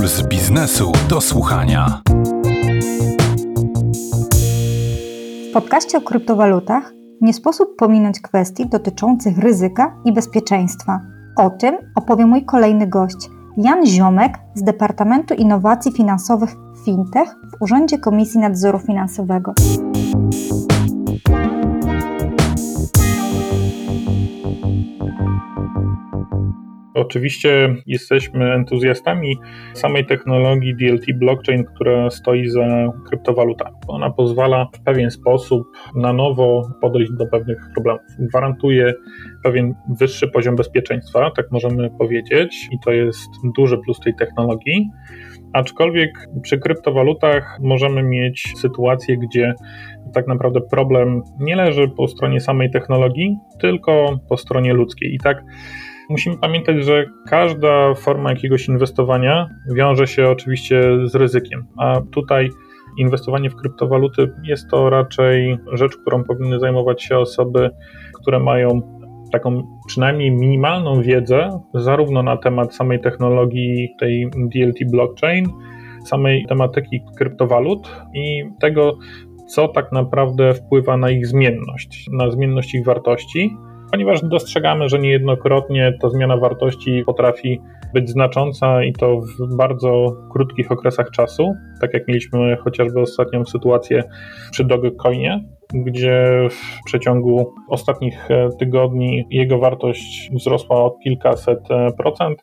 z biznesu do słuchania. W podcaście o kryptowalutach nie sposób pominąć kwestii dotyczących ryzyka i bezpieczeństwa. O tym opowie mój kolejny gość, Jan Ziomek z Departamentu Innowacji Finansowych Fintech w Urzędzie Komisji Nadzoru Finansowego. Oczywiście jesteśmy entuzjastami samej technologii DLT blockchain, która stoi za kryptowalutami. Ona pozwala w pewien sposób na nowo podejść do pewnych problemów. Gwarantuje pewien wyższy poziom bezpieczeństwa, tak możemy powiedzieć, i to jest duży plus tej technologii. Aczkolwiek przy kryptowalutach możemy mieć sytuację, gdzie tak naprawdę problem nie leży po stronie samej technologii, tylko po stronie ludzkiej. I tak musimy pamiętać, że każda forma jakiegoś inwestowania wiąże się oczywiście z ryzykiem, a tutaj inwestowanie w kryptowaluty jest to raczej rzecz, którą powinny zajmować się osoby, które mają taką przynajmniej minimalną wiedzę zarówno na temat samej technologii tej DLT blockchain, samej tematyki kryptowalut i tego, co tak naprawdę wpływa na ich zmienność ich wartości. Ponieważ dostrzegamy, że niejednokrotnie ta zmiana wartości potrafi być znacząca i to w bardzo krótkich okresach czasu, tak jak mieliśmy chociażby ostatnią sytuację przy Dogecoinie, gdzie w przeciągu ostatnich tygodni jego wartość wzrosła o kilkaset procent,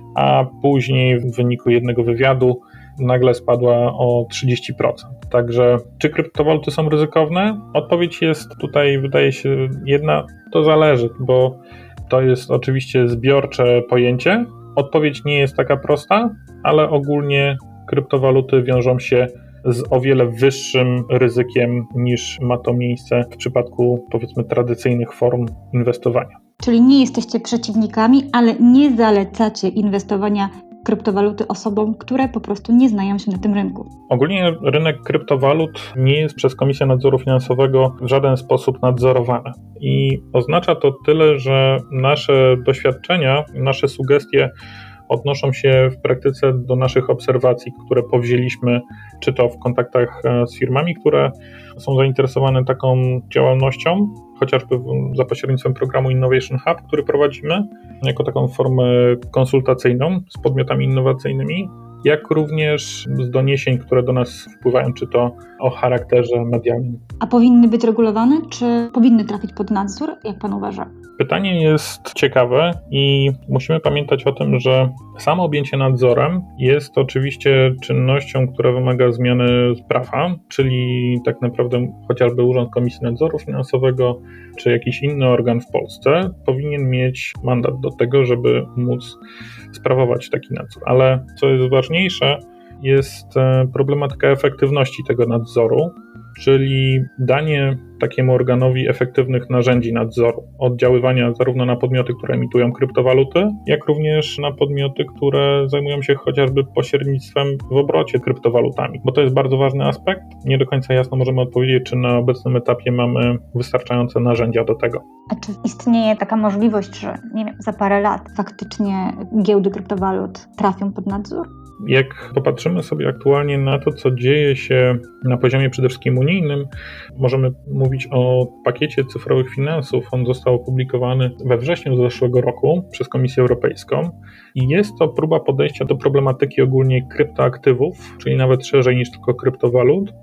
a później w wyniku jednego wywiadu nagle spadła o 30%. Także czy kryptowaluty są ryzykowne? Odpowiedź jest tutaj, wydaje się, jedna. To zależy, bo to jest oczywiście zbiorcze pojęcie. Odpowiedź nie jest taka prosta, ale ogólnie kryptowaluty wiążą się z o wiele wyższym ryzykiem niż ma to miejsce w przypadku, powiedzmy, tradycyjnych form inwestowania. Czyli nie jesteście przeciwnikami, ale nie zalecacie inwestowania kryptowaluty osobom, które po prostu nie znają się na tym rynku. Ogólnie rynek kryptowalut nie jest przez Komisję Nadzoru Finansowego w żaden sposób nadzorowany. I oznacza to tyle, że nasze doświadczenia, nasze sugestie odnoszą się w praktyce do naszych obserwacji, które powzięliśmy, czy to w kontaktach z firmami, które są zainteresowane taką działalnością, chociażby za pośrednictwem programu Innovation Hub, który prowadzimy, jako taką formę konsultacyjną z podmiotami innowacyjnymi, jak również z doniesień, które do nas wpływają, czy to o charakterze medialnym. A powinny być regulowane, czy powinny trafić pod nadzór, jak pan uważa? Pytanie jest ciekawe i musimy pamiętać o tym, że samo objęcie nadzorem jest oczywiście czynnością, która wymaga zmiany prawa, czyli tak naprawdę chociażby Urząd Komisji Nadzoru Finansowego czy jakiś inny organ w Polsce powinien mieć mandat do tego, żeby móc sprawować taki nadzór. Ale co jest ważniejsze, jest problematyka efektywności tego nadzoru, czyli danie takiemu organowi efektywnych narzędzi nadzoru, oddziaływania zarówno na podmioty, które emitują kryptowaluty, jak również na podmioty, które zajmują się chociażby pośrednictwem w obrocie kryptowalutami, bo to jest bardzo ważny aspekt. Nie do końca jasno możemy odpowiedzieć, czy na obecnym etapie mamy wystarczające narzędzia do tego. A czy istnieje taka możliwość, że za parę lat faktycznie giełdy kryptowalut trafią pod nadzór? Jak popatrzymy sobie aktualnie na to, co dzieje się na poziomie przede wszystkim unijnym, możemy mówić o pakiecie cyfrowych finansów. On został opublikowany we wrześniu zeszłego roku przez Komisję Europejską i jest to próba podejścia do problematyki ogólnie kryptoaktywów, czyli nawet szerzej niż tylko kryptowalut,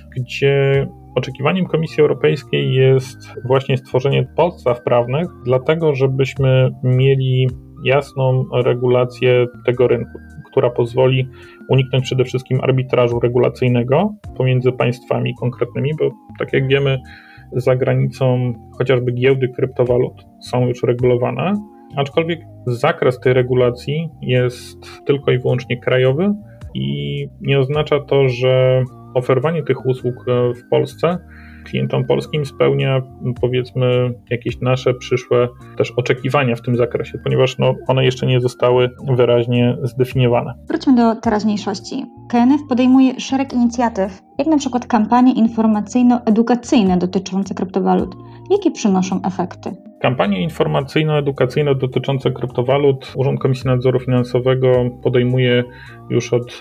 gdzie oczekiwaniem Komisji Europejskiej jest właśnie stworzenie podstaw prawnych, dlatego żebyśmy mieli jasną regulację tego rynku, która pozwoli uniknąć przede wszystkim arbitrażu regulacyjnego pomiędzy państwami konkretnymi, bo tak jak wiemy, za granicą chociażby giełdy kryptowalut są już regulowane, aczkolwiek zakres tej regulacji jest tylko i wyłącznie krajowy i nie oznacza to, że oferowanie tych usług w Polsce klientom polskim spełnia, powiedzmy, jakieś nasze przyszłe też oczekiwania w tym zakresie, ponieważ one jeszcze nie zostały wyraźnie zdefiniowane. Wróćmy do teraźniejszości. KNF podejmuje szereg inicjatyw jak na przykład kampanie informacyjno-edukacyjne dotyczące kryptowalut. Jakie przynoszą efekty? Kampanie informacyjno-edukacyjne dotyczące kryptowalut Urząd Komisji Nadzoru Finansowego podejmuje już od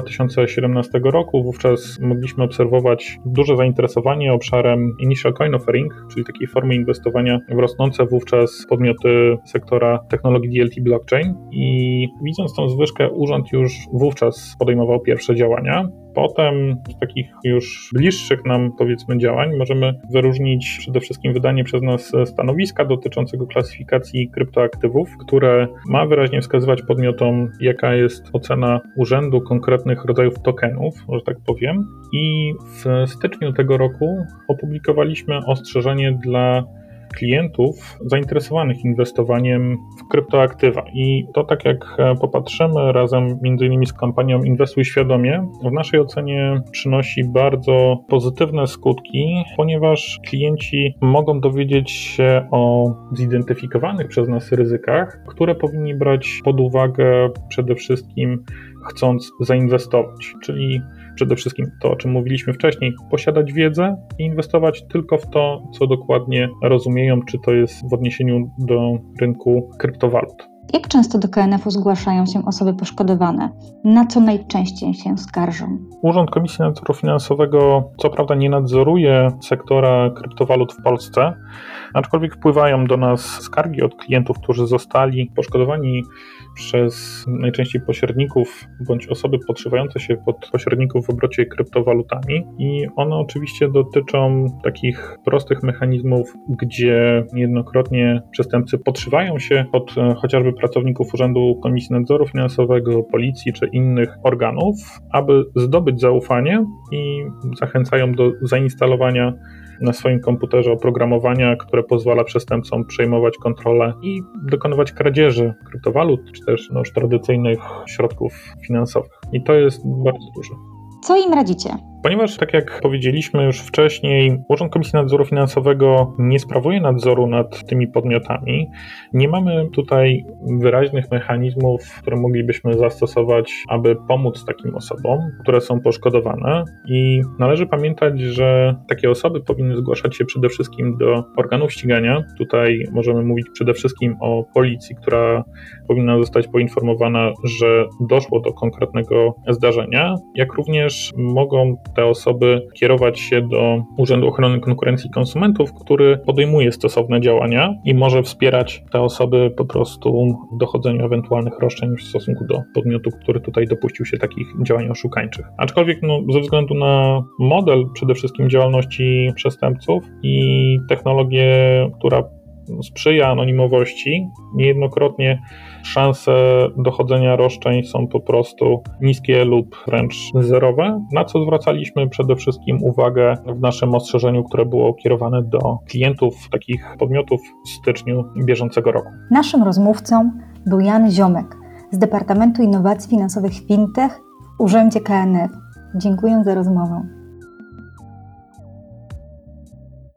2017 roku. Wówczas mogliśmy obserwować duże zainteresowanie obszarem Initial Coin Offering, czyli takiej formy inwestowania w rosnące wówczas podmioty sektora technologii DLT blockchain. I widząc tą zwyżkę, urząd już wówczas podejmował pierwsze działania. Potem z takich już bliższych nam, powiedzmy, działań możemy wyróżnić przede wszystkim wydanie przez nas stanowiska dotyczącego klasyfikacji kryptoaktywów, które ma wyraźnie wskazywać podmiotom, jaka jest ocena urzędu konkretnych rodzajów tokenów, że tak powiem. I w styczniu tego roku opublikowaliśmy ostrzeżenie dla klientów zainteresowanych inwestowaniem w kryptoaktywa. I to, tak jak popatrzymy razem m.in. z kampanią Inwestuj Świadomie, w naszej ocenie przynosi bardzo pozytywne skutki, ponieważ klienci mogą dowiedzieć się o zidentyfikowanych przez nas ryzykach, które powinni brać pod uwagę przede wszystkim chcąc zainwestować, czyli przede wszystkim to, o czym mówiliśmy wcześniej, posiadać wiedzę i inwestować tylko w to, co dokładnie rozumieją, czy to jest w odniesieniu do rynku kryptowalut. Jak często do KNF-u zgłaszają się osoby poszkodowane? Na co najczęściej się skarżą? Urząd Komisji Nadzoru Finansowego co prawda nie nadzoruje sektora kryptowalut w Polsce, aczkolwiek wpływają do nas skargi od klientów, którzy zostali poszkodowani przez najczęściej pośredników bądź osoby podszywające się pod pośredników w obrocie kryptowalutami i one oczywiście dotyczą takich prostych mechanizmów, gdzie niejednokrotnie przestępcy podszywają się pod chociażby pracowników Urzędu Komisji Nadzoru Finansowego, Policji czy innych organów, aby zdobyć zaufanie i zachęcają do zainstalowania na swoim komputerze oprogramowania, które pozwala przestępcom przejmować kontrolę i dokonywać kradzieży kryptowalut, czy też już tradycyjnych środków finansowych. I to jest bardzo dużo. Co im radzicie? Ponieważ, tak jak powiedzieliśmy już wcześniej, Urząd Komisji Nadzoru Finansowego nie sprawuje nadzoru nad tymi podmiotami, nie mamy tutaj wyraźnych mechanizmów, które moglibyśmy zastosować, aby pomóc takim osobom, które są poszkodowane i należy pamiętać, że takie osoby powinny zgłaszać się przede wszystkim do organów ścigania. Tutaj możemy mówić przede wszystkim o policji, która powinna zostać poinformowana, że doszło do konkretnego zdarzenia, jak również mogą te osoby kierować się do Urzędu Ochrony Konkurencji i Konsumentów, który podejmuje stosowne działania i może wspierać te osoby po prostu w dochodzeniu ewentualnych roszczeń w stosunku do podmiotu, który tutaj dopuścił się takich działań oszukańczych. Aczkolwiek ze względu na model przede wszystkim działalności przestępców i technologię, która sprzyja anonimowości, niejednokrotnie szanse dochodzenia roszczeń są po prostu niskie lub wręcz zerowe, na co zwracaliśmy przede wszystkim uwagę w naszym ostrzeżeniu, które było kierowane do klientów takich podmiotów w styczniu bieżącego roku. Naszym rozmówcą był Jan Ziomek z Departamentu Innowacji Finansowych Fintech w Urzędzie KNF. Dziękuję za rozmowę.